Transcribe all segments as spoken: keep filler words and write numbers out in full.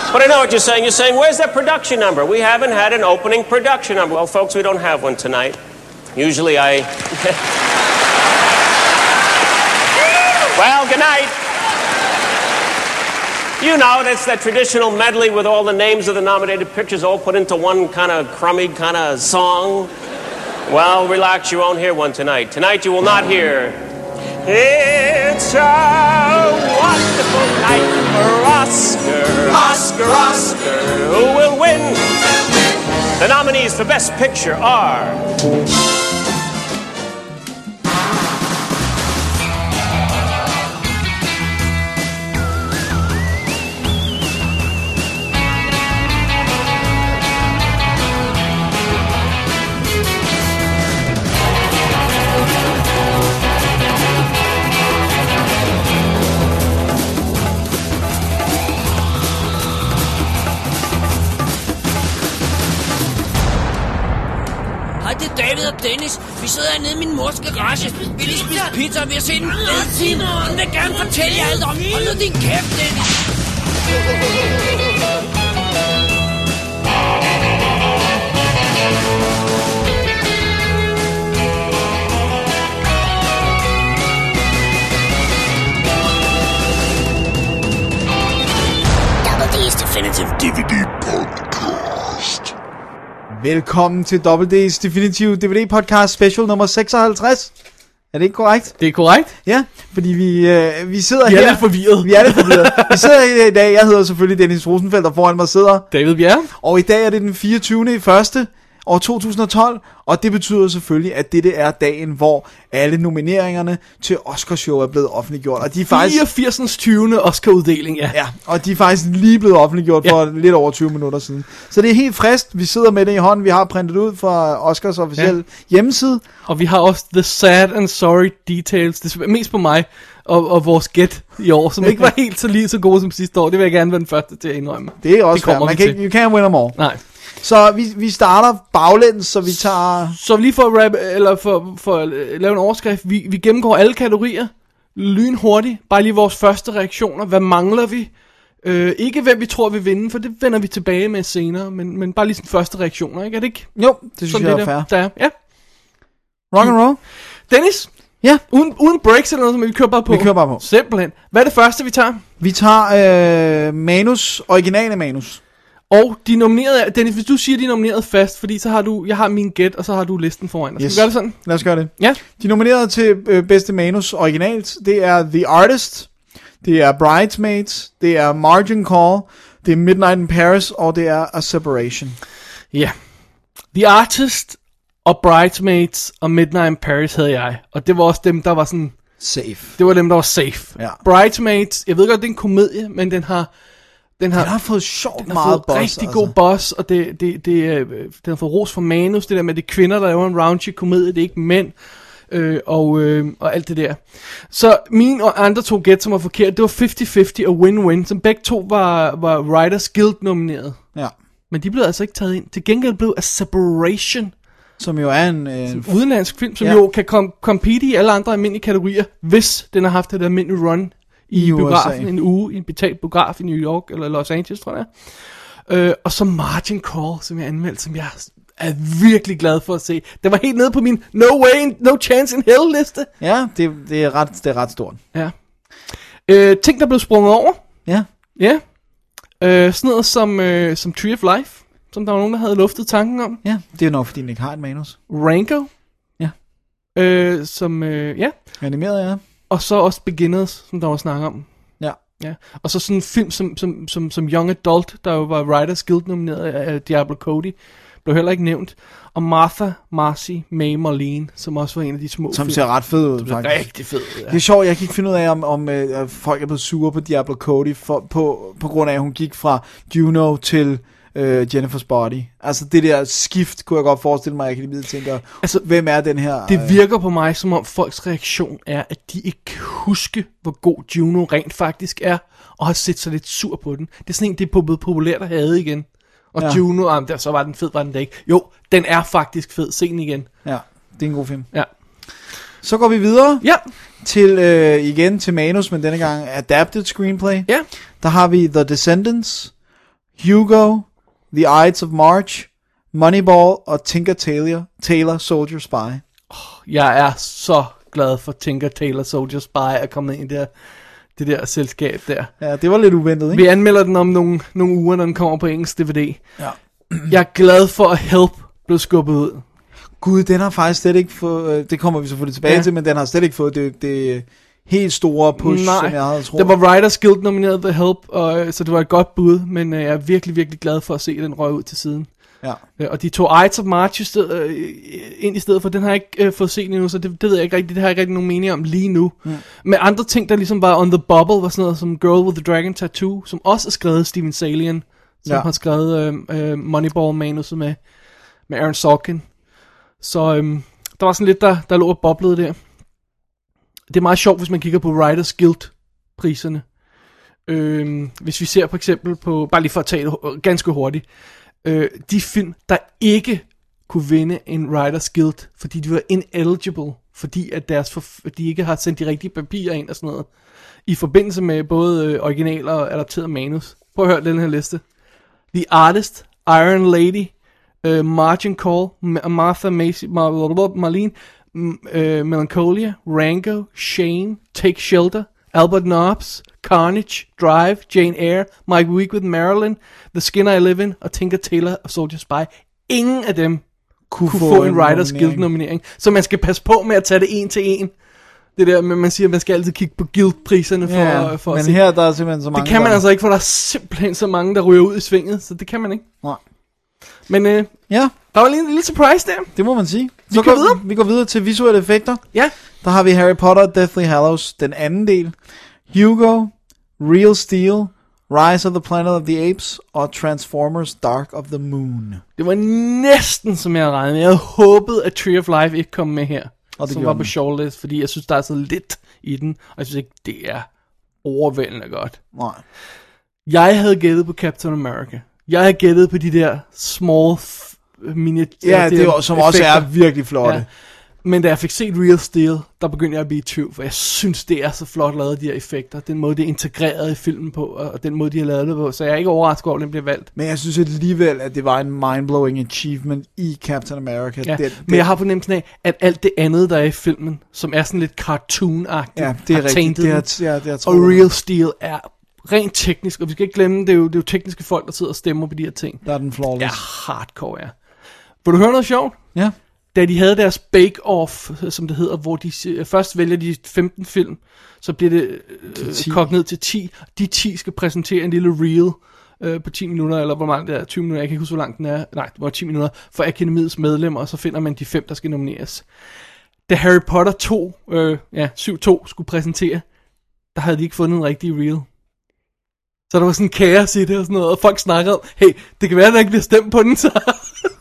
But I know what you're saying. You're saying, where's that production number? We haven't had an opening production number. Well, folks, we don't have one tonight. Usually I... Well, good night. You know, that's that traditional medley with all the names of the nominated pictures all put into one kind of crummy kind of song. Well, relax, you won't hear one tonight. Tonight you will not hear... It's a wonderful night for Oscar, Oscar, Oscar, who will win? The nominees for Best Picture are... David og Dennis, vi sidder hernede i min mors garage. Vi lige spise pizza, og vi har set en fed film. Hun vil gerne fortælle jer alt om. Hold nu din kæft, Dennis. Double D's Definitive D V D Podcast. Velkommen til Double D's Definitive D V D Podcast Special nummer seksoghalvtreds. Er det ikke korrekt? Det er korrekt. Ja, fordi vi, øh, vi sidder vi her... Vi er lidt forvirret. Vi er lidt forvirret. Vi sidder her i dag, jeg hedder selvfølgelig Dennis Rosenfeldt, og foran mig sidder... David Bjerre. Og i dag er det den fireogtyvende i første år to tusind og tolv, og det betyder selvfølgelig, at dette er dagen, hvor alle nomineringerne til Oscarshow er blevet offentliggjort. Og de er faktisk... fireogfirsens tyvende Oscar-uddeling, ja. Ja, og de er faktisk lige blevet offentliggjort ja. for lidt over tyve minutter siden. Så det er helt frisk. Vi sidder med det i hånden. Vi har printet ud fra Oscars officielle ja. hjemmeside. Og vi har også The Sad and Sorry Details. Det er mest på mig og, og vores gæt i år, som ikke var helt så lige så gode som sidste år. Det vil jeg gerne være den første til at indrømme. Det er også fair. Man kan, you can't win them all. Nej. Så vi, vi starter baglæns, så vi tager... Så lige for at rap, eller for, for at lave en overskrift. Vi, vi gennemgår alle kategorier lynhurtigt. Bare lige vores første reaktioner. Hvad mangler vi? Øh, ikke hvem vi tror vil vinde, for det vender vi tilbage med senere. Men, men bare lige sådan første reaktioner, ikke? Er det ikke? Jo, det synes jeg er fair. Der er. Ja. Rock and roll. Dennis? Ja? Uden, uden breaks eller noget, men vi kører bare på. Vi kører bare på. Simpelthen. Hvad er det første, vi tager? Vi tager øh, manus, originale manus. Og de nominerede, Dennis, hvis du siger, de er nomineret fast, fordi så har du, jeg har min gæt, og så har du listen foran dig. Skal yes. vi gøre det sådan? Lad os gøre det. Ja. De nominerede til øh, bedste manus originalt, det er The Artist, det er Bridesmaids, det er Margin Call, det er Midnight in Paris, og det er A Separation. Ja. The Artist og Bridesmaids og Midnight in Paris havde jeg, og det var også dem, der var sådan... Safe. Det var dem, der var safe. Ja. Bridesmaids, jeg ved godt, det er en komedie, men den har... Den har, den har fået sjovt den meget har fået boss, rigtig altså. god boss, og det, det, det, øh, den har fået ros for manus, det der med de kvinder, der laver en raunchy komedie, det er ikke mænd, øh, og, øh, og alt det der. Så mine og andre to gæt, som var forkert, det var halvtreds halvtreds og Win-Win, som begge to var, var Writers Guild nomineret. Ja. Men de blev altså ikke taget ind. Til gengæld blev A Separation, som jo er en, en udenlandsk film, som ja. jo kan kom, compete i alle andre almindelige kategorier, hvis den har haft et almindeligt run i, I biografen en uge, i en betalt biograf i New York eller Los Angeles, tror jeg. Øh, og så Margin Call, som jeg anmeldte, som jeg er virkelig glad for at se. Det var helt nede på min No Way, No Chance in Hell liste. Ja, det, det, er, ret, det er ret stort. Ja. Øh, ting, der blev sprunget over. Ja. Ja. Øh, sådan noget som, øh, som Tree of Life, som der var nogen, der havde luftet tanken om. Ja, det er jo nok, fordi den ikke har et manus. Rango. Ja. Øh, som, øh, ja. Animeret, ja. Og så også Beginners, som der var snak om. Ja. Ja. Og så sådan en film som, som, som, som Young Adult, der jo var Writers Guild nomineret af Diablo Cody, blev heller ikke nævnt. Og Martha Marcy May Marlene, som også var en af de små som film. ser ret fed ud, faktisk. Rigtig fed, ja. Det er sjovt, jeg kan ikke finde ud af, om, om øh, folk er blevet sure på Diablo Cody, for, på, på grund af, at hun gik fra Juno til... Uh, Jennifer's Body. Altså det der skift, kunne jeg godt forestille mig, at Akademiet tænker, altså, hvem er den her? Det virker på mig, som om folks reaktion er, at de ikke kan huske, hvor god Juno rent faktisk er, og har set sig lidt sur på den. Det er sådan en, det er blevet populært at have igen. Og ja. Juno, ah, der, så var den fed, var den da ikke. Jo, den er faktisk fed. Se den igen. Ja, det er en god film. Ja. Så går vi videre ja. til øh, igen til manus, men denne gang adapted screenplay. Ja. Der har vi The Descendants, Hugo, The Ides of March, Moneyball og Tinker Tailor, Tailor Soldier Spy. Jeg er så glad for Tinker Tailor Soldier Spy at komme ind i det der, det der selskab der. Ja, det var lidt uventet, ikke? Vi anmelder den om nogle, nogle uger, når den kommer på engelsk D V D. Ja. Jeg er glad for, at Help blev skubbet ud. Gud, den har faktisk slet ikke fået, det kommer vi selvfølgelig tilbage ja. til, men den har slet ikke fået det, det helt store push, Nej, som jeg havde troet. der var Writers Guild nomineret The Help, og, så det var et godt bud, men øh, jeg er virkelig, virkelig glad for at se den røg ud til siden. Ja. Øh, og de to Ides of March i sted, øh, ind i stedet for, den har jeg ikke øh, fået set endnu, så det, det ved jeg ikke rigtigt, det har jeg ikke rigtig nogen mening om lige nu. Mm. Men andre ting, der ligesom var on the bubble, var sådan noget som Girl with the Dragon Tattoo, som også er skrevet af Steven Salian, som ja. har skrevet øh, øh, Moneyball-manuset med, med Aaron Sorkin. Så øh, der var sådan lidt, der, der lå og boblede der. Det er meget sjovt, hvis man kigger på Writers Guild-priserne. Øh, hvis vi ser for eksempel på, bare lige for at tage det ganske hurtigt, øh, de film, der ikke kunne vinde en Writers Guild, fordi de var ineligible, fordi at deres forf- de ikke har sendt de rigtige papirer ind og sådan noget, i forbindelse med både øh, original og adapteret manus. Prøv at høre den her liste. The Artist, Iron Lady, uh, Margin Call, M- Martha Macy, Mar- Marlene, M- uh, Melancholia, Rango, Shane, Take Shelter, Albert Nobbs, Carnage, Drive, Jane Eyre, Mike Week with Marilyn, The Skin I Live In og Tinker Tailor og Soldier Spy. Ingen af dem kunne, kunne få, få en, en Writers Guild nominering. Så man skal passe på med at tage det en til en. Det der, men man siger, at man skal altid kigge på guild-priserne for, ja, for men at se. her der er simpelthen så mange. Det kan man der... altså ikke, for der er simpelthen så mange, der ryger ud i svinget, så det kan man ikke. Nej. Men øh, ja, der var lige en lille surprise der. det må man sige. Vi Så går går videre. Vi går videre til visuelle effekter. Ja. Der har vi Harry Potter Deathly Hallows, den anden del. Hugo, Real Steel, Rise of the Planet of the Apes og Transformers Dark of the Moon. Det var næsten, som jeg havde regnet med. Jeg havde håbet, at Tree of Life ikke kom med her. Og det som var på shortlist, fordi jeg synes, der er så lidt i den. Og jeg synes ikke, det er overvældende godt. Nej. Jeg havde gættet på Captain America. Jeg havde gættet på de der small miniature. Ja, det er, som effekter. Også er virkelig flotte. Ja. Men da jeg fik set Real Steel, der begyndte jeg at blive i tvivl, for jeg synes, det er så flot lavet, de her effekter. Den måde, det er integreret i filmen på, og den måde, de har lavet det på. Så jeg er ikke overrasket over, at den bliver valgt. Men jeg synes alligevel, at det var en mindblowing achievement i Captain America. Ja, det, det... Men jeg har fornemmelsen af, at alt det andet, der er i filmen, som er sådan lidt cartoon-agtigt, ja, det er rigtigt. Det er, ja, det er, og Real Steel er rent teknisk, og vi skal ikke glemme, det er jo, det er jo tekniske folk, der sidder og stemmer på de her ting. Der er den flawless. Ja, hardcore, ja. Vil du høre noget sjovt? Ja. Da de havde deres bake-off, som det hedder, hvor de først vælger de femten film, så bliver det øh, kogt ned til ti. De ti skal præsentere en lille reel øh, på ti minutter, eller hvor meget det er, tyve minutter, jeg kan ikke huske, hvor langt den er. Nej, det var ti minutter, for akademiets medlemmer, og så finder man de fem, der skal nomineres. Da Harry Potter to, øh, ja, syv to skulle præsentere, der havde de ikke fundet en rigtig reel. Så der var sådan kaos i det og sådan noget, og folk snakkede om, hey, det kan være, at der ikke bliver stemt på den, så...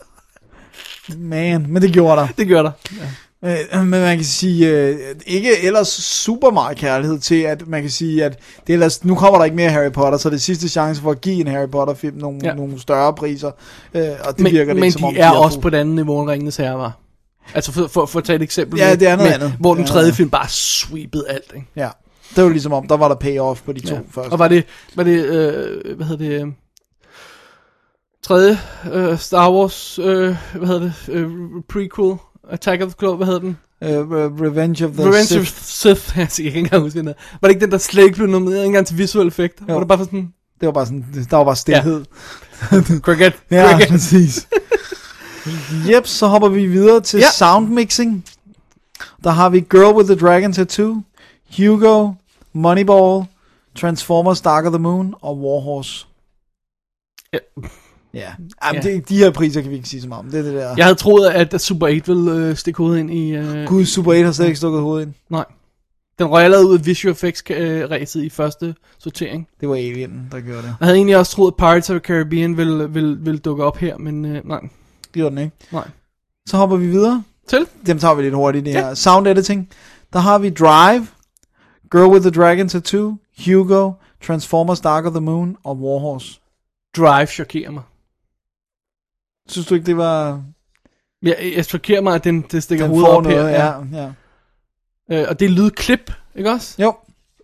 Man, men det gjorde der. Det gjorde der, ja. øh, Men man kan sige, øh, ikke ellers super meget kærlighed til, at man kan sige, at det ellers, nu kommer der ikke mere Harry Potter, så det er sidste chance for at give en Harry Potter film nogle, ja. nogle større priser, øh, og det men, virker det men ikke som de om, de er også på et andet niveau, end Ringenes Herre var. Altså for, for, for at tage et eksempel, ja, med, det er noget med, andet. hvor den tredje ja. film bare sweepede alt, ikke? Ja, det var ligesom om, der var der payoff på de to ja. første. Og var det, var det øh, hvad hedder det, øh, tredje øh, Star Wars, øh, hvad hedder det, øh, prequel, Attack of the Clones, hvad hedder den? Uh, Re- Revenge of the Revenge Sith. of Sith, jeg kan ikke engang huske den der. Var det ikke den, der slet ikke blev nomineret engang til visuel effekt? Var det bare sådan... Det var bare sådan, der var bare stilhed. Ja. Cricket. Ja, Cricket. præcis. Yep, så hopper vi videre til ja. sound mixing. Der har vi Girl with the Dragon Tattoo, Hugo, Moneyball, Transformers Dark of the Moon og Warhorse. Ja. Ja, Jamen, ja. Det, de her priser kan vi ikke sige så meget om. Det er det der. Jeg havde troet, at Super otte ville øh, stikke hovedet ind i... Øh... Gud, Super otte har slet ikke stukket hovedet ind. Nej. Den røg allerede ud af Visual Effects-ræset i første sortering. Det var Alien, der gjorde det. Jeg havde egentlig også troet, at Pirates of the Caribbean ville, ville, ville dukke op her, men øh, nej. Det gjorde den ikke. Nej. Så hopper vi videre. Til? Dem tager vi lidt hurtigt det ja. her. Sound editing. Der har vi Drive, Girl with the Dragon Tattoo, Hugo, Transformers Dark of the Moon og Warhorse. Drive chokerer mig. Synes du ikke, det var... Jeg, jeg chokerer mig, at den, det stikker den hovedet op noget, her. Ja, ja. Øh, og det er lydklip, ikke også? Jo.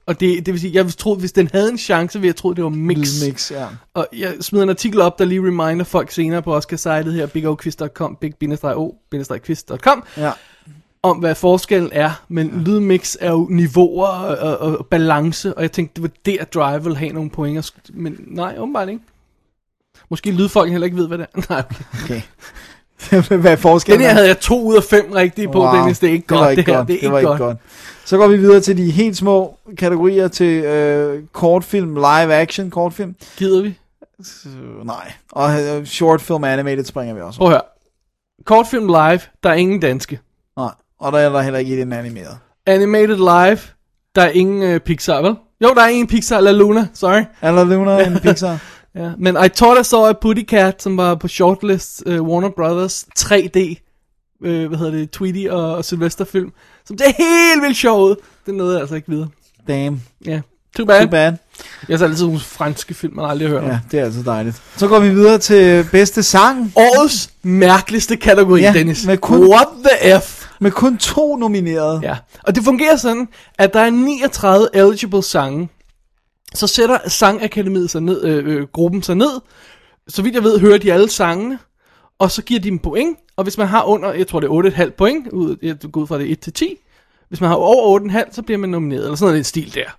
Og det, det vil sige, jeg troede, hvis den havde en chance, ville jeg tro, det var Mix. Mix, ja. Og jeg smider en artikel op, der lige reminder folk senere på Oscar-sitet her, big o quiz punktum com, big o quiz punktum com, ja. om hvad forskellen er. Men ja. Lydmix er jo niveauer og, og, og balance, og jeg tænkte, det var der, Drive ville have nogle point. Men nej, åbenbart ikke. Måske lydfolk heller ikke ved, hvad det er. Nej, okay. okay. Hvad er forskellen? Den her havde jeg to ud af fem rigtige på, wow. Dennis. Det er ikke det godt, ikke det her. Godt. Det er det ikke var godt. Ikke godt. Så går vi videre til de helt små kategorier til øh, kortfilm, live action kortfilm. Gider vi? Så, nej. Og uh, short film animated springer vi også. Prøv at høre. Kortfilm live, der er ingen danske. Nej, og der er der heller ikke en animeret. Animated live, der er ingen øh, Pixar, vel? Jo, der er en Pixar, La Luna, sorry. La Luna, en Pixar. Ja, men I Thought I Saw a Putty Cat, som var på shortlist uh, Warner Brothers tre D, uh, hvad hedder det, Tweety og, og Sylvester film, som det er helt vildt sjovt ud. Det nåede jeg altså ikke videre. Damn. Ja, yeah. Too bad. Too bad. Jeg har så altid nogle franske film, man aldrig har hørt om. Ja, det er altså dejligt. Så går vi videre til bedste sang. Årets mærkeligste kategori, ja, Dennis. Med kun, What the F? Med kun to nominerede. Ja, og det fungerer sådan, at der er niogtredive eligible sange. Så sætter Sangakademiet sig ned, øh, øh, gruppen sig ned. Så vidt jeg ved, hører de alle sangene. Og så giver de dem point. Og hvis man har under, jeg tror det er otte komma fem point, ud, jeg går ud fra det et til ti. Hvis man har over otte komma fem, så bliver man nomineret. Eller sådan noget, en stil der.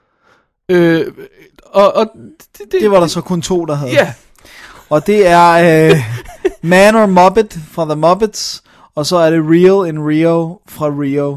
Øh, og, og det, det, det var der så kun to, der havde. Ja. Og det er øh, Man or Muppet fra The Muppets. Og så er det Real in Rio fra Rio.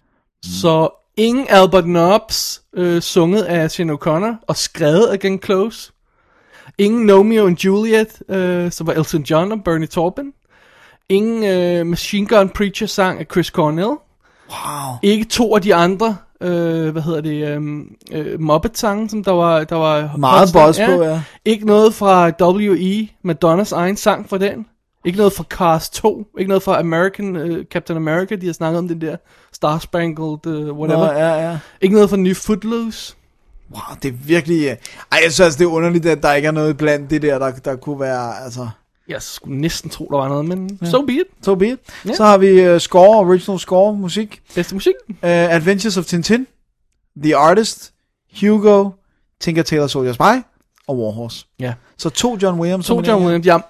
Så ingen Albert Nobbs, øh, sunget af Sinead O'Connor og skrevet af Glenn Close. Ingen Romeo and Juliet, øh, som var Elton John og Bernie Taupin. Ingen øh, Machine Gun Preacher sang af Chris Cornell. Wow. Ikke to af de andre, øh, hvad hedder det, øh, Muppet-sange, som der var, der var meget buzz på, ja. Ikke noget fra W E, Madonnas egen sang for den. Ikke noget fra Cars to. Ikke noget fra American, uh, Captain America. De har snakket om den der Star Spangled uh, whatever. Nå, ja, ja. Ikke noget fra New Footloose. Wow, det er virkelig... Ej, jeg synes, det er underligt, at der ikke er noget blandt det der, der, der kunne være... altså. Jeg skulle næsten tro, der var noget, men ja. So be it. So be it. Ja. Så har vi uh, score, original score, musik. Bedste musik. Uh, Adventures of Tintin, The Artist, Hugo, Tinker Tailor Soldier Spy og Warhorse. Ja. Så to John Williams. To John Williams, ja.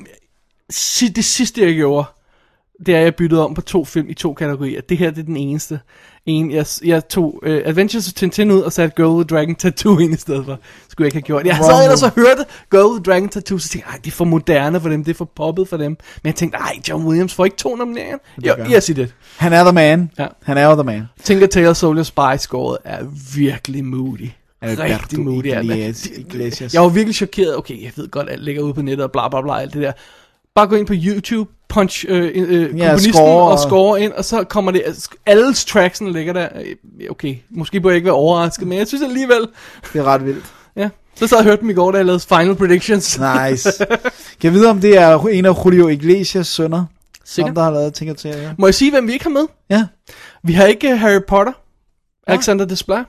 Det sidste jeg gjorde, det er jeg byttede om på to film i to kategorier. Det her det er den eneste. En, jeg, jeg tog uh, Adventures of Tintin ud og satte Girl with Dragon Tattoo ind i stedet for. Skulle jeg ikke have gjort. Jeg sad ellers og hørte Girl with Dragon Tattoo, så tænkte jeg, det er for moderne for dem, det er for poppet for dem. Men jeg tænkte, ej, John Williams får ikke to nomineringer. Jo, yes, he did. Han er the man. Ja. Han er jo the man. Tinker Tailor Soldier Spy-scoret er virkelig moody. Rigtig moody. Jeg var virkelig chokeret. Okay, jeg ved godt, at alt ligger ude på nettet og bla bla bla, alt det der. Bare gå ind på YouTube, punch øh, øh, ja, komponisten score, og score ind, og så kommer det, alle tracksene ligger der. Okay, måske burde jeg ikke være overrasket, men jeg synes alligevel. Det er ret vildt. Ja, så sad jeg og hørte dem i går, da jeg lavede Final Predictions. Nice. Kan jeg vide, om det er en af Julio Iglesias sønner? Sikkert. Som der har lavet ting til, ja. Må jeg sige, hvem vi ikke har med? Ja. Vi har ikke Harry Potter, ja. Alexander Desplat.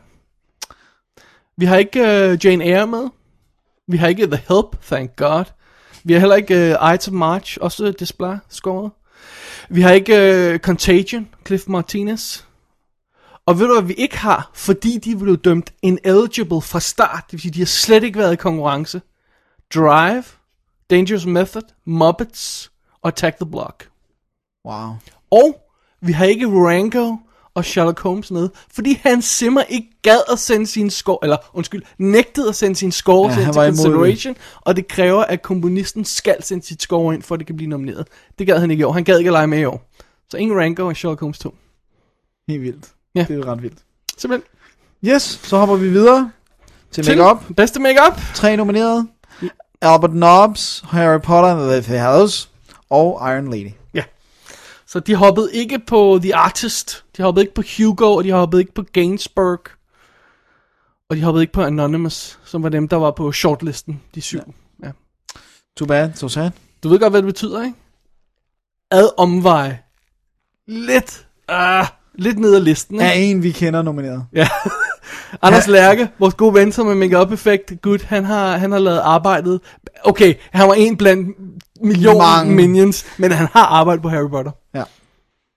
Vi har ikke uh, Jane Eyre med. Vi har ikke The Help, thank God. Vi har heller ikke uh, Ides of March, også Desplat scoret. Vi har ikke uh, Contagion, Cliff Martinez. Og ved du hvad vi ikke har? Fordi de blev dømt ineligible fra start. Det vil sige, de har slet ikke været i konkurrence. Drive, Dangerous Method, Muppets og Attack the Block. Wow. Og vi har ikke Rango og Sherlock Holmes med, fordi Hans Zimmer ikke gad at sende sin score, eller undskyld, nægtede at sende sin score ja, til consideration, og det kræver, at komponisten skal sende sit score ind, for at det kan blive nomineret. Det gad han ikke i år. Han gad ikke at lege med i år. Så ingen Rango og Sherlock Holmes to. Helt vildt. Ja. Det er ret vildt. Simpelthen. Yes, så hopper vi videre til, til make-up. Bedste make-up. Tre nomineret. Ja. Albert Nobbs, Harry Potter and the Hallows og Iron Lady. Ja. Så de hoppede ikke på The Artist, de hoppede ikke på Hugo, og de hoppede ikke på Gainsbourg, og de hoppede ikke på Anonymous, som var dem, der var på shortlisten, de syv. Ja. Ja. Too bad, so sad. Du ved godt, hvad det betyder, ikke? Ad omvej. Lidt, ah, lidt ned ad listen, ikke? Er en, vi kender nomineret. Ja. Anders Lærke, vores gode ven, som er make-up effekt, Gud, han har, han har lavet arbejdet. Okay, han var en blandt millioner Mange. minions, men han har arbejdet på Harry Potter. Ja.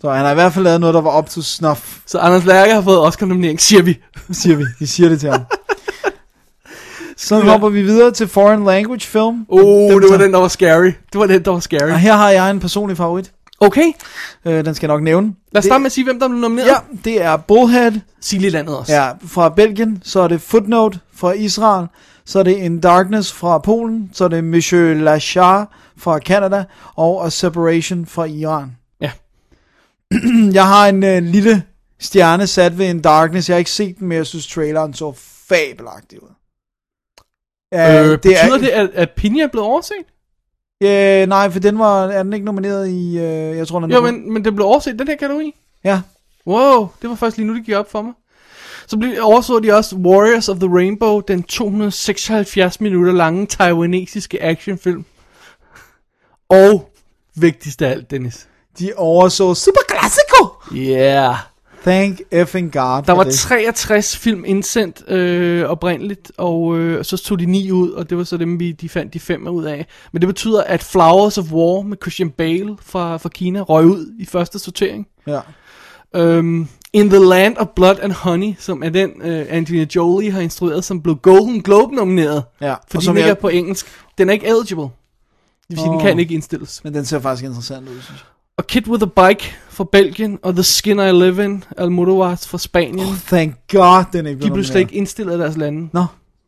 Så han har i hvert fald lavet noget, der var op til snuff. Så Anders Lærke har fået Oscar-nominering, siger vi. Siger vi. Vi siger det til ham. Så ja. hopper vi videre til foreign language film. Oh, den, det var den, der var scary. Det var den, der var scary. Og her har jeg en personlig favorit. Okay. Øh, den skal jeg nok nævne. Lad os starte med at sige, hvem der blev nomineret. Ja, det er Bullhead. Silje-landet også. Ja, fra Belgien. Så er det Footnote fra Israel. Så er det In Darkness fra Polen. Så er det Monsieur Lachar fra Canada. Og A Separation fra Iran. Ja. Jeg har en øh, lille stjerne sat ved In Darkness. Jeg har ikke set den, men jeg synes traileren så fabelagtig ud. Øh, øh, betyder er, det, at, at Pinja er blevet overset? Øh, nej, for den var, er den ikke nomineret i, øh, jeg tror den er Jo, men, men det blev overset, den her kategori? Ja. Wow, det var faktisk lige nu, det gik op for mig. Så blev, overså de også Warriors of the Rainbow, den to hundrede og seksoghalvfjerds minutter lange taiwanesiske actionfilm. Og vigtigst af alt, Dennis. De overså Super Classico! Yeah. Thank effing God. Der var det. treogtres film indsendt øh, oprindeligt, og øh, så tog de ni ud, og det var så dem, vi de fandt de fem ud af. Men det betyder, at Flowers of War med Christian Bale fra, fra Kina røg ud i første sortering. Ja. Um, In the Land of Blood and Honey, som er den uh, Angelina Jolie har instrueret, som blev Golden Globe nomineret. Ja. Fordi den ikke jeg... er på engelsk. Den er ikke eligible. Det vil sige, oh. den kan ikke indstilles. Men den ser faktisk interessant ud, synes jeg. Og Kid with a Bike fra Belgien, og The Skin I Live In, Almodovar fra Spanien. Oh, thank God, den er ikke. De blev slet ikke indstillet af deres lande. Nå.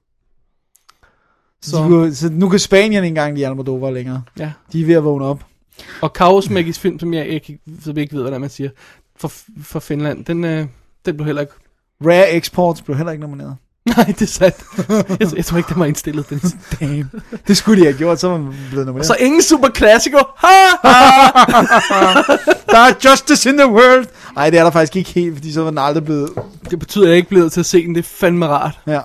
Så. Så, kunne, så nu kan Spanien ikke engang lide Almodovar længere. Ja. De er ved at vågne op. Og Kaurismäkis film, som jeg ikke, som jeg ikke ved, hvordan man siger, fra, fra Finland, den, øh, den blev heller ikke... Rare Exports blev heller ikke nomineret. Nej, det er sandt. jeg, jeg tror ikke, det var indstillet. Den. Damn. Det skulle de have gjort, så var man blevet nomineret. Så ingen Super Classico. Der er justice in the world. Nej, det er der faktisk ikke helt, fordi så var den aldrig blevet... Det betyder, at jeg ikke blevet til at se den. Det er fandme rart. Ja.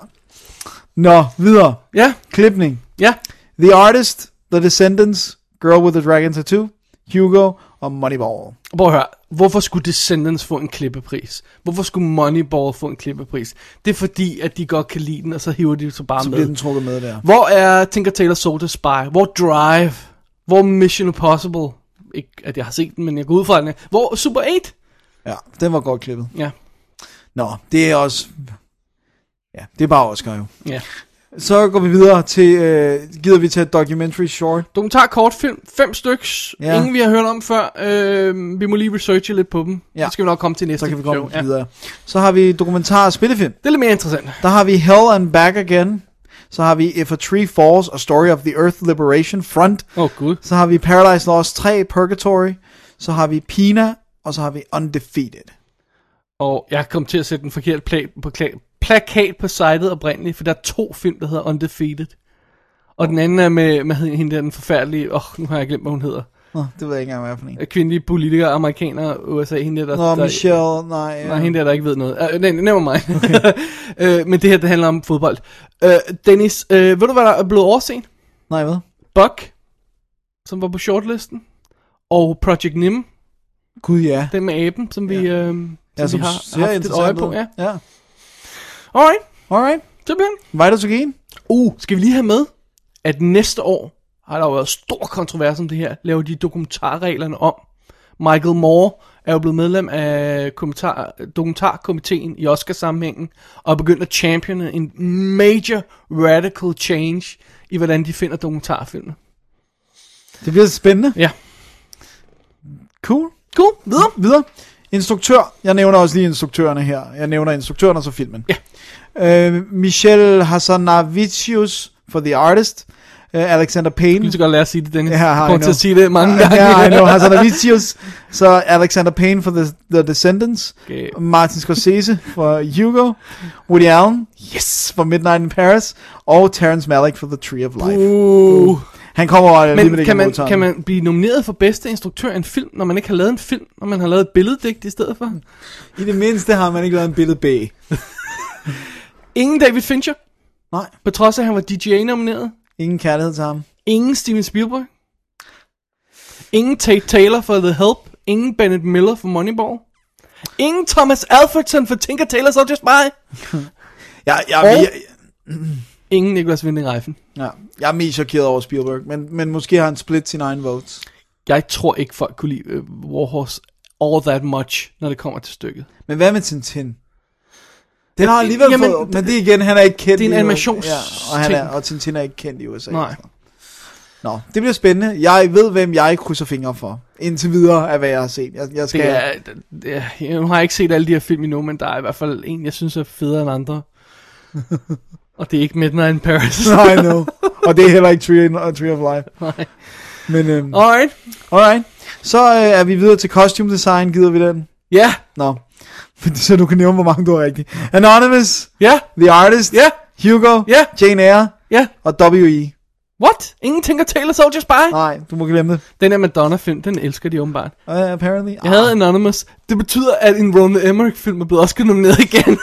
Nå, videre. Ja. Klipning. Ja. The Artist, The Descendants, Girl with the Dragon Tattoo, Hugo og Moneyball. Prøv at høre. Hvorfor skulle Descendants få en klippepris? Hvorfor skulle Moneyball få en klippepris? Det er fordi, at de godt kan lide den, og så hiver de så bare så med. Så bliver den trukket med der. Hvor er Tinker Tailor Soldier Spy? Hvor Drive? Hvor Mission Impossible? Ikke, at jeg har set den, men jeg går ud fra den. Hvor Super otte? Ja, den var godt klippet. Ja. Nå, det er også... Ja, det er bare Oscar jo. Ja. Så går vi videre til, øh, gider vi til et documentary short. Dokumentar kortfilm, fem styks, ja. Ingen vi har hørt om før, øh, vi må lige researche lidt på dem, ja. Så skal vi nok komme til næste show. Så kan vi komme show. videre. Ja. Så har vi dokumentar og spillefilm. Det er lidt mere interessant. Der har vi Hell and Back Again. Så har vi If a Tree Falls, A Story of the Earth Liberation Front. Åh oh, gud. Så har vi Paradise Lost tre, Purgatory. Så har vi Pina, og så har vi Undefeated. Og jeg kom til at sætte den forkerte pla- på kla- plakat på sitet oprindeligt, for der er to film, der hedder Undefeated. Og den anden er med, med hende der, den forfærdelige, åh, oh, nu har jeg glemt, hvad hun hedder. Nå, det ved jeg ikke engang, hvad for en. Kvindelige politikere, amerikanere, U S A, hende der... Nå, der, Michelle, nej... Ja. Nej, hende der, der ikke ved noget. Uh, nej, never mind. Okay. uh, men det her, det handler om fodbold. Uh, Dennis, uh, ved du, hvad der er blevet overset? Nej, hvad? Buck, som var på shortlisten, og Project Nim. Gud, ja. Den med aben, som vi, ja. uh, som ja, som vi har haft et øje på. Ja. ja. Alright. Alright. Simpelthen. Vejder til gen. Uh, skal vi lige have med, at næste år har der jo været stor kontrovers om det her. Laver de dokumentarreglerne om. Michael Moore er jo blevet medlem af dokumentarkomiteen i Oscar-sammenhængen, og er begyndt at champione en major radical change i, hvordan de finder dokumentarfilmer. Det bliver spændende. Ja. Cool. Cool. Videre. Videre. Instruktør. Jeg nævner også lige instruktørerne her. Jeg nævner instruktøren og så filmen. Ja. Uh, Michel Hazanavicius for The Artist. Uh, Alexander Payne. Du skal godt lære at sige det, Dennis. Ja, jeg kommer til at sige det mange gange. Ja, I know. Hazanavicius. Så Alexander Payne for The, the Descendants. Okay. Martin Scorsese for Hugo. Woody Allen. Yes. For Midnight in Paris. Og Terrence Malick for The Tree of Life. Uh. Uh. Han kommer over Men kan man, kan man blive nomineret for bedste instruktør i en film, når man ikke har lavet en film, når man har lavet et billeddigt i stedet for? I det mindste har man ikke lavet en billede bag. Ingen David Fincher. Nej. På trods af, at han var D J A-nomineret. Ingen kærlighed til ham. Ingen Steven Spielberg. Ingen Tate Taylor for The Help. Ingen Bennett Miller for Moneyball. Ingen Thomas Alfredson for Tinker Tailor Soldier Spy. ja, ja, Og jeg, ingen Nicolas Winding Refn. Ja, jeg er mest chokeret over Spielberg, men, men måske har han split sine egne votes. Jeg tror ikke, folk kunne lide uh, Warhorse all that much, når det kommer til stykket. Men hvad med Tintin? Den har alligevel Jamen, fået, men det er igen, han er ikke kendt. Det er en animations ja, og, han er, og Tintin er ikke kendt i U S A. Nej. Nå, det bliver spændende. Jeg ved, hvem jeg krydser fingre for. Indtil videre af, hvad jeg har set. Jeg, jeg skal... Det er, det er, jeg har ikke set alle de her film endnu, men der er i hvert fald en, jeg synes er federe end andre. Og det er ikke Midnight in Paris. Nej, no. Og det er heller ikke Tree, uh, Tree of Life. Nej. Men, øhm, Alright. Alright. Så øh, er vi videre til costume design. Gider vi den? Ja. Yeah. Nå. Så du kan nævne, hvor mange du har rigtigt. Anonymous. Ja. Yeah. The Artist. Ja. Yeah. Hugo. Ja. Yeah. Jane Eyre. Ja. Yeah. Og W E What? Ingen tænker Taylor Soldier Spy? Nej, du må glemme det. Den her Madonna-film, den elsker de åbenbart. Uh, apparently. Jeg havde Anonymous. Det betyder, at en Roland Emmerich-film er blevet også nomineret igen.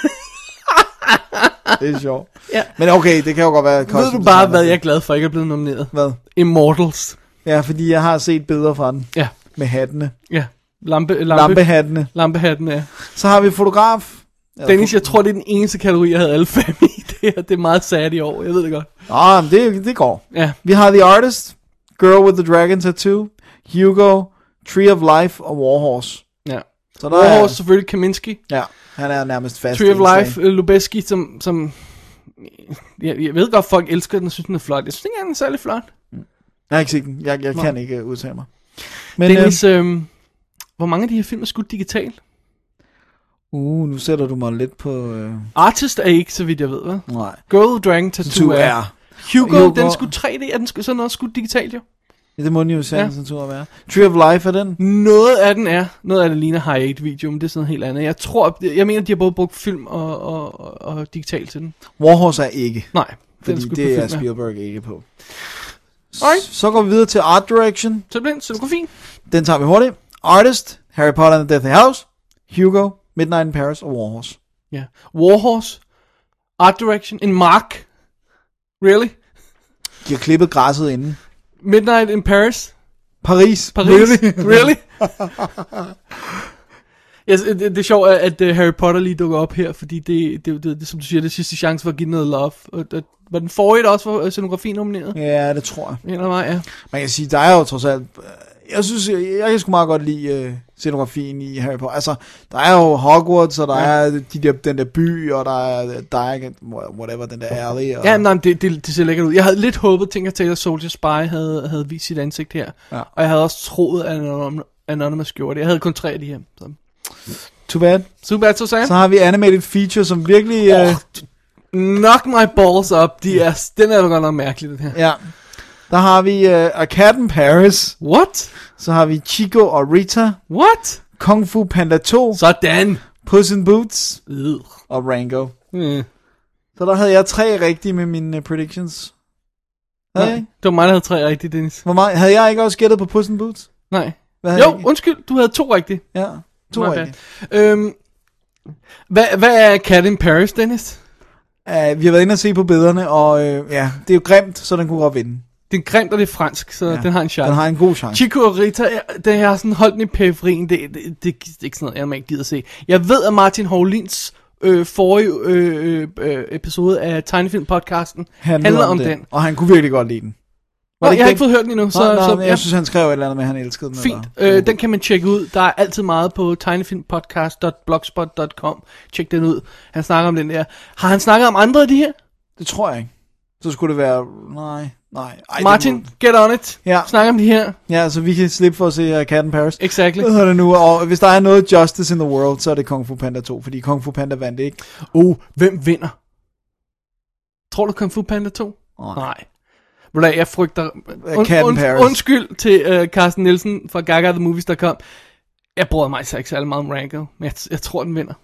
Det er sjovt. Ja. Men okay, det kan jo godt være... Ved du bare, hvad jeg er glad for, ikke er blevet nomineret? Hvad? Immortals. Ja, fordi jeg har set billeder fra den. Ja. Med hattene. Ja. Lampe, lampe, Lampehattene. Lampehattene, ja. Så har vi fotograf. Dennis, jeg tror, det er den eneste kategori, jeg havde alle fem i. Det er, det er meget sad i år, jeg ved det godt. Ah, det, det går. Ja. Vi har The Artist, Girl with the Dragon Tattoo, Hugo, Tree of Life og Warhorse. Ja. Så der Warhorse er, selvfølgelig Kaminsky. Ja, han er nærmest fast. Tree of Life, uh, Lubeski, som... som jeg, jeg ved godt, folk elsker den og synes, den er flot. Jeg synes ikke, den er særlig flot. Jeg har ikke set den. Jeg, jeg kan ikke uh, udtale mig. Men, Dennis, øh, øh, hvor mange af de her film er skudt digitalt? Uh, nu sætter du mig lidt på... Øh... Artist er ikke, så vidt jeg ved, hvad? Nej. Girl with Dragon Tattoo er. er. Hugo, Hugo, den skulle tre D, er den sådan også skudt digitalt, jo? Ja, det må den jo sende, ja. At være. Tree of Life er den? Noget af den er. Noget af det ligner High eight video, men det er sådan noget helt andet. Jeg tror, jeg mener, de har både brugt film og, og, og, og digitalt til den. Warhorse er ikke. Nej. Fordi den det er er Spielberg ikke på. Alright. Så går vi videre til Art Direction. Simpelthen, scenografi. Den tager vi hurtigt. Artist, Harry Potter and the Deathly House, Hugo, Midnight in Paris og Warhorse. Ja. Warhorse, Art Direction, en mark. Really? De har klippet græsset inden. Midnight in Paris. Paris. Paris. Really? Really? Yes, det, det er sjovt, at, at Harry Potter lige dukker op her, fordi det, det, det, det som du siger, det er sidste chance for at give noget love. Og, og, var den forrige også for scenografi nomineret? Ja, det tror jeg. Eller hvad, ja. Man kan sige, der er jo trods alt... Jeg synes, jeg, jeg kan sgu meget godt lide uh, scenografien i Harry Potter. Altså, der er jo Hogwarts, og der ja. er de der, den der by, og der er Diagon, whatever, den der alley. Og... Ja, nej, det, det, det ser lækkert ud. Jeg havde lidt håbet, tænker at Taylor Soldier Spy havde, havde vist sit ansigt her. Ja. Og jeg havde også troet, at Anonymous gjorde det. Jeg havde kun tre af de her. Så. Too bad. Too bad, så sagde. Så har vi Animated Feature, som virkelig... Uh... Oh, knock my balls up. De er, den er jo godt nok mærkelig, den her. Ja. Der har vi uh, A Cat in Paris. What? Så har vi Chico og Rita. What? Kung Fu Panda to. Sådan. Puss in Boots. Ugh. Og Rango. Mm. Så der havde jeg tre rigtige med mine uh, predictions. Havde Nej, det var mig, der havde tre rigtige, Dennis. Hvor meget? Havde jeg ikke også gættet på Puss in Boots? Nej. Jo, undskyld, du havde to rigtige. Ja, to My rigtige. Øhm, hvad, hvad er Cat in Paris, Dennis? Uh, vi har været inde og se på billederne, og uh, ja, det er jo grimt, så den kunne godt vinde. Det er grimt, og det er fransk, så ja, den har en chance. Den har en god chance. Chico og Rita, det har sådan holdt den i periferien, det, det, det, det er ikke sådan noget, jeg ikke gider at se. Jeg ved, at Martin Hovlins øh, forrige øh, øh, episode af Tegnefilm-podcasten handler, handler om, om den. den. Og han kunne virkelig godt lide den. Nå, jeg har ikke fået hørt den endnu. Så, nej, nej, så, jeg ja. synes, han skrev et eller andet med, at han elskede den. Fint, øh, den kan man tjekke ud. Der er altid meget på tegnefilmpodcast punktum blogspot punktum com. Tjek den ud. Han snakker om den der. Har han snakket om andre af de her? Det tror jeg ikke. Så skulle det være... Nej, nej. Ej, Martin, må... get on it. Ja. Snak om de her. Ja, så vi kan slippe for at se uh, Cat in Paris. Exactly. Hvad hedder det nu? Og hvis der er noget justice in the world, så er det Kung Fu Panda to, fordi Kung Fu Panda vandt ikke. Uh, hvem vinder? Tror du Kung Fu Panda to? Oh. Nej. Hvordan jeg frygter... Und, Cat in Paris. Undskyld til uh, Carsten Nielsen fra gaga the movies punktum com. Jeg bryder mig så ikke særlig meget om Rango, men jeg, jeg tror, den vinder.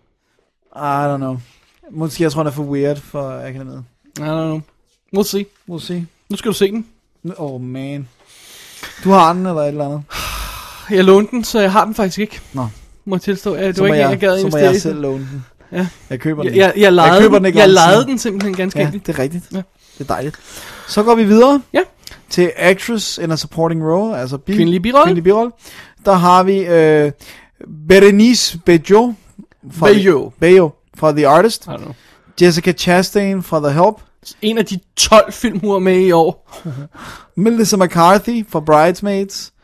I don't know. Måske jeg tror, den er for weird for akademiet. I don't know. We'll see. We'll see. Nu skal du se den. Oh man. Du har den eller et eller andet? Jeg lånte den, så jeg har den faktisk ikke. Nå. Må jeg tilstå. Ja, det så var ikke jeg, en, jeg gad investere i. Så må jeg selv låne den. Ja. Jeg køber den ikke. Jeg, jeg, lejede, jeg køber den, ikke jeg lejede den simpelthen ganske ja, enkelt. det er rigtigt. Ja. Det er dejligt. Så går vi videre. Ja. Til actress in a supporting role, altså bi- kvindelig birolle. Kvindelig birolle. Der har vi øh, Berenice Bejo fra, Bejo. Bejo fra The Artist. I don't know. Jessica Chastain fra The Help. En af de tolv film, hun er med i år. Melissa McCarthy fra Bridesmaids.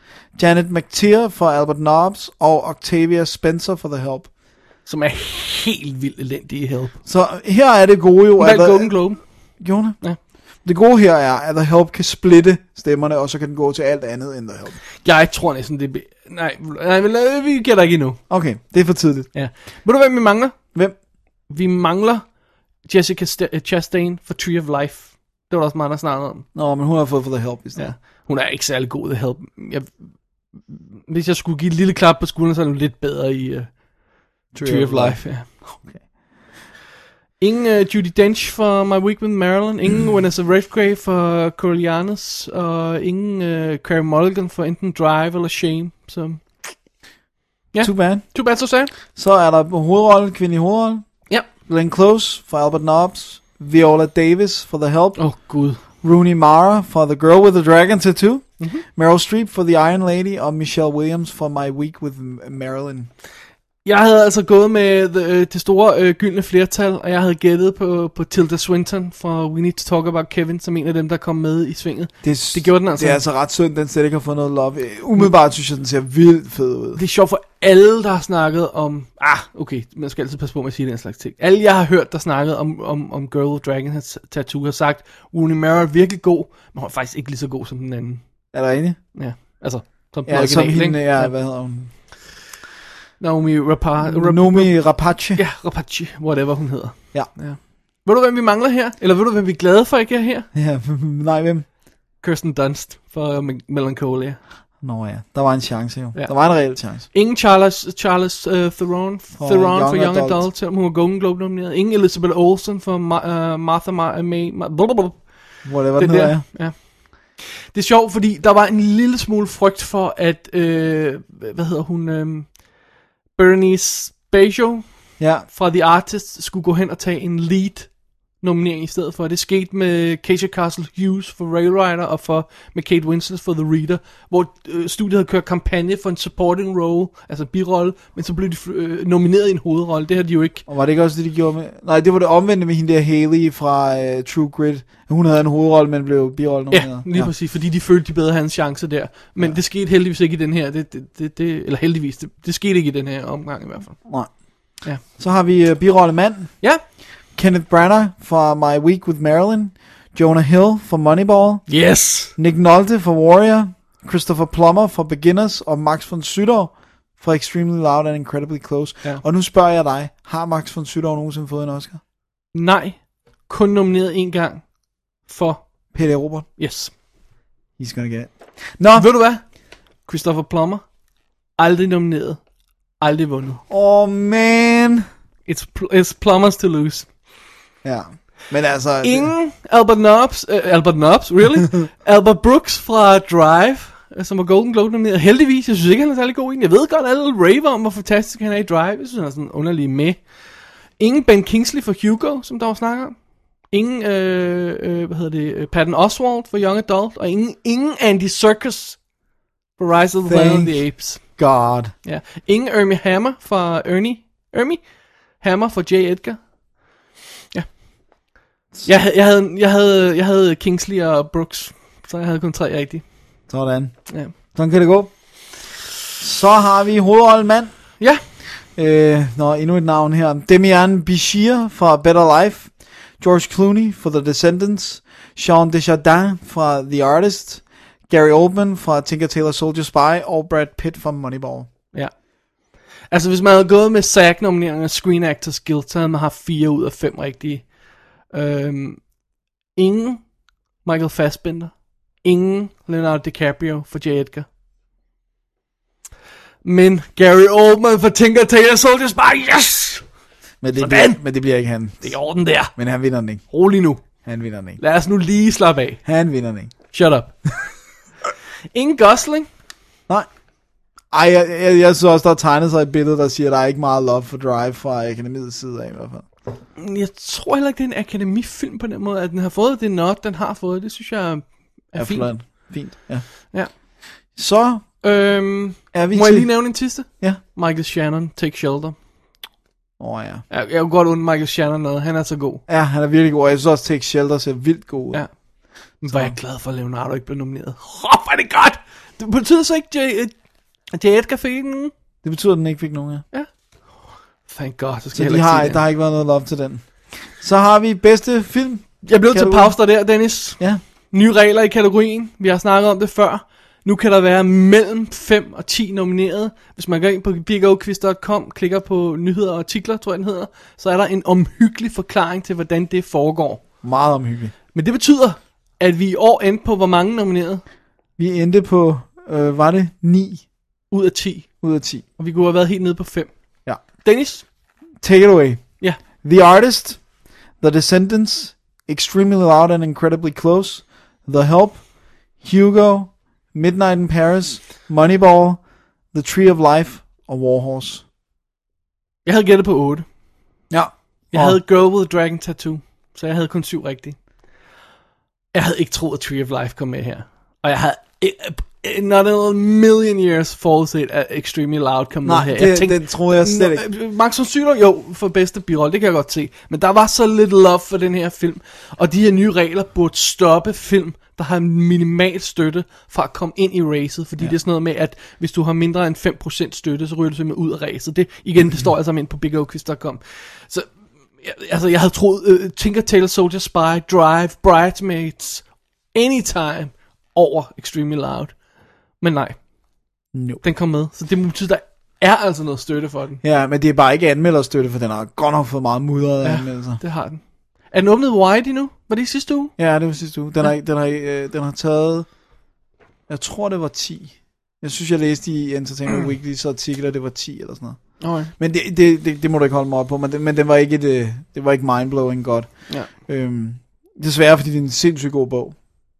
Janet McTeer for Albert Nobbs, og Octavia Spencer for The Help. Som er helt vildt elendig i Help. Så her er det gode jo... Hvad er Golden Globe? Gjorde Ja. Det gode her er, at The Help kan splitte stemmerne, og så kan den gå til alt andet end The Help. Jeg tror næsten, det... Be- nej, nej, vi gætter ikke endnu. Okay, det er for tidligt. Ja. Ved du, hvem vi mangler? Hvem? Vi mangler Jessica St- Chastain for Tree of Life. Det var der også meget, der snakkede om. Nå, men hun har fået for The Help i stedet. Ja. Hun er ikke særlig god, The Help. Jeg, hvis jeg skulle give et lille klap på skulderen, så er hun lidt bedre i uh, Tree, Tree of, of Life. Ja. Okay. Ingen uh, Judi Dench for My Week with Marilyn. Ingen Vanessa Redgrave for Coriolanus. Og ingen uh, Carey Mulligan for enten Drive eller Shame. Så... Ja. Too bad. Too bad, so sad. Så er der hovedrollen, kvindelig hovedrolle. Ja. Glenn Close for Albert Nobbs. Viola Davis for The Help. Åh, oh, gud. Rooney Mara for The Girl with the Dragon Tattoo. Mm-hmm. Meryl Streep for The Iron Lady. Og Michelle Williams for My Week with Marilyn. Jeg havde altså gået med the, det store øh, gyldne flertal, og jeg havde gættet på, på Tilda Swinton for We Need to Talk About Kevin, som en af dem, der kom med i svinget. Det, det gjorde den altså. Det er altså ret synd, den slet ikke har fået noget love. Umiddelbart synes jeg, den ser vildt fed ud. Det er sjovt for alle, der har snakket om... Ah, okay, man skal altid passe på med at sige den slags ting. Alle, jeg har hørt, der snakkede om, om, om Girl with Dragon Tattoo, har sagt, Rooney Mara er virkelig god, men hun er faktisk ikke lige så god som den anden. Er der enig? Ja, altså... Som ja, som hende, ja, hvad hedder hun? Naomi Rapace. Naomi Rapace. Ja, Rapace, whatever hun hedder. Ja. ja. Ved du, hvem vi mangler her? Eller ved du, hvem vi er glade for ikke er her? Ja, nej, hvem? Kirsten Dunst for Melancholia. Nå ja, der var en chance jo. Ja. Der var en reel chance. Ingen Charles, Charles uh, Theron, for, Theron young for Young Adult, Adult selvom hun var Golden Globe nomineret. Ingen Elizabeth Olsen for Ma- uh, Martha Ma- May. Ma- blablabla. Whatever den hedder, ja. Det er sjovt, fordi der var en lille smule frygt for, at, øh, hvad hedder hun, øh, Bernice Bejo ja. fra The Artist skulle gå hen og tage en lead nominering i stedet for. Det skete med Keisha Castle Hughes for Rail Rider og for, med Kate Winslet for The Reader, hvor øh, studiet havde kørt kampagne for en supporting role, altså birolle, men så blev de øh, nomineret i en hovedrolle. Det havde de jo ikke. Og var det ikke også det, de gjorde med... Nej, det var det omvendte med hende der Hailey fra øh, True Grit. Hun havde en hovedrolle, men blev birolle nomineret. Ja, lige ja. præcis, fordi de følte, de bedre havde en chance der. Men ja. det skete heldigvis ikke i den her. Det, det, det, det, eller heldigvis, det, det skete ikke i den her omgang i hvert fald. Nej. Ja. Så har vi øh, birolle mand. Ja. Kenneth Branagh for My Week with Marilyn. Jonah Hill for Moneyball. Yes. Nick Nolte for Warrior. Christopher Plummer for Beginners. Og Max von Sydow for Extremely Loud and Incredibly Close. Ja. Og nu spørger jeg dig, har Max von Sydow nogensinde fået en Oscar? Nej, kun nomineret en gang for... Peter Robert. Yes. He's gonna get it. Nå. Ved du hvad? Christopher Plummer. Aldrig nomineret. Aldrig vundet. Oh man. It's, pl- it's Plumbers to lose. Ja. Men altså... Ingen det... Albert Nobbs, uh, Albert Nobbs, really? Albert Brooks fra Drive, uh, som var Golden Globe nomineret. Heldigvis, jeg synes ikke, han er særlig god i. Jeg ved godt, alle raver om, hvor fantastisk han er i Drive. Jeg synes, han er sådan underlig med. Ingen Ben Kingsley for Hugo, som der var snakket om. Ingen, øh, øh, hvad hedder det, uh, Patton Oswalt for Young Adult. Og ingen, ingen Andy Serkis for Rise of the Planet of the Apes. God. Ja. Ingen Ernie Hammer for Ernie. Ernie? Hammer for J. Edgar. Ja. Jeg, havde, jeg, havde, jeg, havde, jeg havde Kingsley og Brooks, så jeg havde kun tre rigtige. Sådan. Ja. Sådan kan det gå. Så har vi hovedrollen mand. Ja. Øh, nå, endnu et navn her. Demian Bichir fra Better Life. George Clooney for The Descendants. Sean Desjardins fra The Artist. Gary Oldman fra Tinker Tailor Soldier Spy. Og Brad Pitt fra Moneyball. Ja. Altså, hvis man havde gået med S A G-nomineringen af Screen Actors Guild, så havde man haft fire ud af fem rigtige. Øhm, ingen Michael Fassbender. Ingen Leonardo DiCaprio for J. Edgar. Men Gary Oldman for Tinker Tailor Soldier Spy, yes! Men det, bliver, men det bliver ikke han. Det er orden der. Men han vinder den ikke. Rolig nu. Han vinder den ikke. Lad os nu lige slappe af. Han vinder den ikke. Shut up. Ingen Gosling. Nej. Ej, jeg, jeg, jeg synes også, der er tegnet sig et billede, der siger, at der er ikke meget love for Drive fra Akademiets side af i hvert fald. Jeg tror heller ikke, det er en akademifilm på den måde, at den har fået det not, den har fået. Det synes jeg er, er fint. Flot. Fint, ja. Ja. Så øhm, er vi må til... jeg lige nævne en sidste? Ja. Michael Shannon, Take Shelter. Åh oh, ja. Jeg, jeg kunne godt undre Michael Shannon noget, han er så god. Ja, han er virkelig god, og jeg synes også, Take Shelter ser vildt god ud. Ja. Men hvor er jeg glad for, at Leonardo ikke blev nomineret. Åh, oh, hvor er det godt! Det betyder så ikke, at J. Edgar fik nogen? Det betyder, at den ikke fik nogen, ja. Ja. Thank God, så skal så jeg de har, der har ikke været noget love til den. Så har vi bedste film. Jeg blev til pause der, Dennis. Ja. Nye regler i kategorien. Vi har snakket om det før. Nu kan der være mellem fem og ti nomineret. Hvis man går ind på big o quiz punktum com, klikker på nyheder og artikler, tror jeg den hedder, så er der en omhyggelig forklaring til, hvordan det foregår. Meget omhyggeligt. Men det betyder, at vi i år endte på hvor mange nomineret? Vi endte på, øh, var det ni? Ud af ti. Ud af ti. Og vi kunne have været helt nede på fem. Ja. Dennis? Take it away. Ja. The Artist, The Descendants, Extremely Loud and Incredibly Close, The Help, Hugo, Midnight in Paris, Moneyball, The Tree of Life og War Horse. Jeg havde gættet på otte. Ja. Jeg havde Girl with a Dragon Tattoo, så jeg havde kun syv rigtigt. Jeg havde ikke troet, at Tree of Life kom med her. Og jeg havde not a million years forudset, at Extremely Loud kom med Nej, her. Nej, Jeg tænkte, det troede jeg slet ikke. Max von Sydow, jo, for bedste birolle, det kan jeg godt se. Men der var så lidt love for den her film. Og de her nye regler burde stoppe film, der har minimal støtte, fra at komme ind i racet. Fordi ja. Det er sådan noget med, at hvis du har mindre end fem procent støtte, så ryger du simpelthen ud af racet. Det, igen, det står altså ind på big o quiz punktum com. Så jeg, altså, jeg havde troet uh, Tinker Tailor Soldier Spy, Drive, Bridesmaids, Anytime over Extremely Loud. Men nej, no. Den kom med. Så det betyder, der er altså noget støtte for den. Ja, men det er bare ikke anmelderstøtte, for den har godt nok fået meget mudret af ja, anmeldelser. Det har den. Er den åbnet wide endnu? Var det i sidste uge? Ja, det var sidste uge. Den, ja. har, den, har, øh, den har taget, jeg tror det var ti. Jeg synes, jeg læste i Entertainment Weekly's artikler, det var ti eller sådan noget. Okay. Men det, det, det, det må du ikke holde mig op på, men, det, men den var ikke, et, det var ikke mindblowing godt. Ja. Øhm, desværre, fordi det er en sindssygt god bog.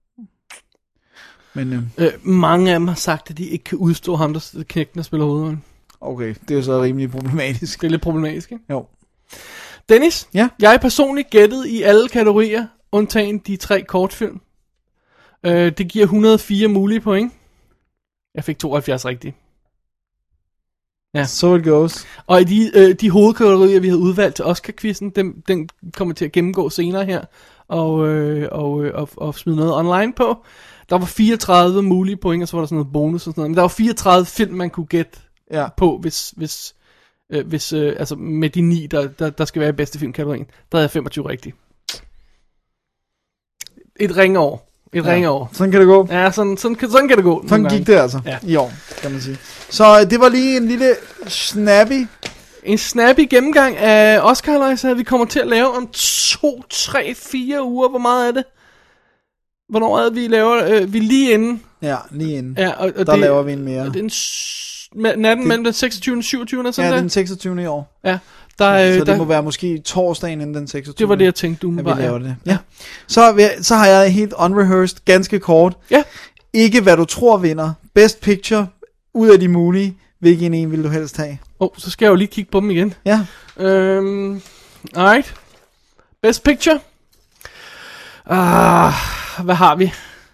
Men, øh, øh, mange af dem har sagt, at de ikke kan udstå ham, der knægten, der spiller hovedrollen. Okay, det er jo så rimelig problematisk. Det er lidt problematisk, ikke? Jo. Dennis, ja? Jeg personligt gættede i alle kategorier, undtagen de tre kortfilm. Øh, det giver et hundrede og fire mulige point. Jeg fik tooghalvfjerds rigtigt. Ja. So it goes. Og i de, øh, de hovedkategorier, vi havde udvalgt til Oscar-quizzen, dem, den kommer til at gennemgå senere her, og, øh, og, øh, og, og smide noget online på. Der var fireogtredive mulige point, og så var der sådan noget bonus og sådan noget. Men der var fireogtredive film, man kunne gætte ja. på, hvis, hvis, øh, hvis øh, altså med de ni, der, der, der skal være i bedste filmkategorien. Der havde jeg femogtyve rigtigt. Et ringeår. Et ja. ringeår. Sådan kan det gå. Ja, sådan, sådan, sådan, sådan kan det gå. Sådan gik det altså ja. i år, kan man sige. Så det var lige en lille snappy. En snappy gennemgang af Oscar-lejser, vi kommer til at lave om to, tre, fire uger. Hvor meget er det? Hvornår er det, vi laver? Øh, vi er lige inden. Ja, lige inden. Ja, og, og der det, laver vi en mere. Det er en s- natten mellem den seksogtyvende og syvogtyvende sådan ja, der? Ja, den seksogtyvende i år. Ja. Der, ja, så der, det må være måske torsdagen inden den seksogtyvende. Det var det, jeg tænkte, du var. Ja, vi laver det. Ja. Så, så har jeg helt unrehearsed, ganske kort. Ja. Ikke hvad du tror vinder. Best Picture, ud af de mulige. Hvilken en vil du helst have? Åh, oh, så skal jeg jo lige kigge på dem igen. Ja. Øhm, alright. Best Picture. Ah, hvad har vi?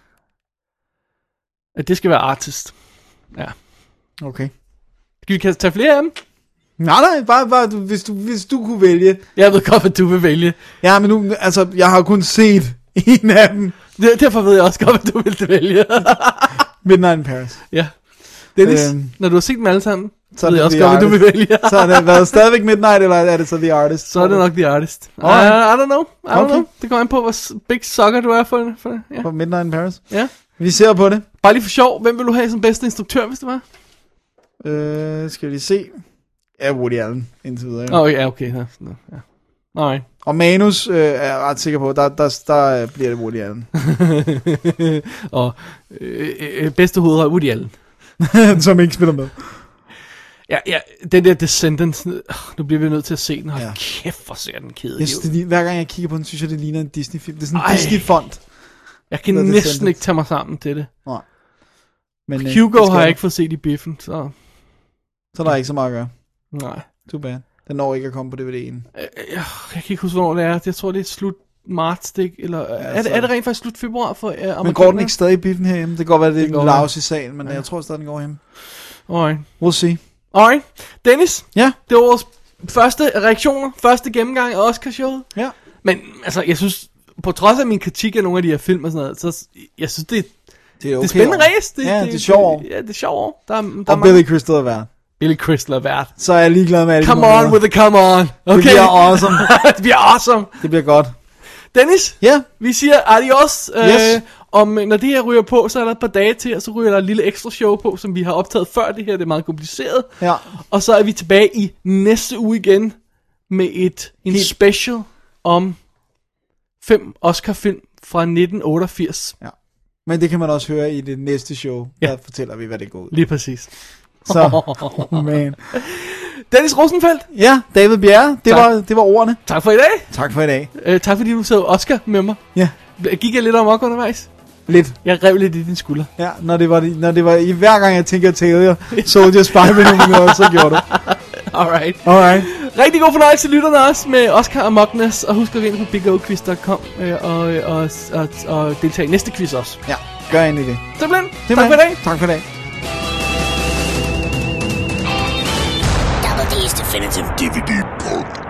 Det skal være Artist. Ja. Okay. Skal vi tage flere af dem? Nej, nej, bare, bare hvis, du, hvis du kunne vælge. Jeg ved godt, hvad du vil vælge. Ja, men nu, altså, jeg har kun set en af dem. Det, derfor ved jeg også godt, hvad du vil vælge. Midnight in Paris. Ja. Dennis, øhm, når du har set dem alle sammen, så ved jeg også godt, hvad du vil vælge. Så har det været stadigvæk Midnight, eller er det så The Artist? Så er det nok The Artist. I, I, I don't know. I don't okay. know. Det kommer an på, hvor big sucker du er for, for det. Ja. For Midnight in Paris? Ja. Vi ser på det. Bare lige for sjov, hvem vil du have som bedste instruktør, hvis det var? Øh, skal vi lige se. Ja, Woody Allen, indtil videre. Åh, oh, ja, okay. Ja. Ja. Alright. Og manus øh, er jeg ret sikker på, der, der, der bliver det Woody Allen. Og øh, øh, bedste hovedrolle, Woody Allen. Som ikke spiller med. Ja, ja, den der Descendants, øh, nu bliver vi nødt til at se den. Hold ja. Kæft, hvor ser den kedelig jeg synes, det, hver gang jeg kigger på den, synes jeg, det ligner en Disney-film. Det er sådan en Ej. Disney-font. Jeg kan næsten ikke tage mig sammen til det. Nej. Men, Hugo øh, har jeg ikke fået set i biffen, så... Så der er ikke så meget at gøre. Nej. Too bad. Den når ikke at komme på D V D'en. Jeg, jeg kan ikke huske, hvornår det er. Jeg tror, det er slut marts, det, eller ja, er, det, er det rent faktisk slut februar for uh, amerikanerne? Men går den ikke stadig i biffen herhjemme? Det kan godt være, det, det er en lousy sal, men ja. jeg tror stadig, den går hjem. Alright. We'll see. Alright. Dennis? Ja? Det var vores første reaktioner, første gennemgang af Oscarshowet. Ja. Men altså, jeg synes, på trods af min kritik af nogle af de her film og sådan noget, så jeg synes, det, det er okay, det er spændende race. Det, ja, det, det er sjovt. Ja, det er sjovt. Der, der og Billy Crystal er vært. Billy Crystal er vært. Så er jeg ligeglad med alle. Come on with the come on. Okay. Det bliver awesome. Det bliver awesome. Det bliver godt. Dennis, ja. vi siger adios. Yes. Øh, om, når det her ryger på, så er der et par dage til, og så ryger der et lille ekstra show på, som vi har optaget før det her. Det er meget kompliceret. Ja. Og så er vi tilbage i næste uge igen med et en Helt. special om fem Oscar-film fra nitten otteogfirs. Ja. Men det kan man også høre i det næste show. Der ja. fortæller vi, hvad det går ud. Lige præcis. Så, oh man. Dennis Rosenfeldt. Ja, David Bjerre. Det var, det var ordene. Tak for i dag. Tak for i dag. Uh, tak fordi du så Oscar med mig. Ja. Gik jeg lidt amok undervejs? Lidt. Jeg rev lidt i din skulder. Ja, når det var, når det var i hver gang jeg tænker til jer, Soldier Spy med nogle minutter, så gjorde du. Alright. Alright. Rigtig god fornøjelse lytterne også med Oscar Amogness, og husk at gå ind på big o quiz punktum com øh, og, og, og, og deltage i næste quiz også. Ja, gør endelig det. Simpelthen. Tak for i dag. Tak for i dag. Double D's Definitive D V D Podcast.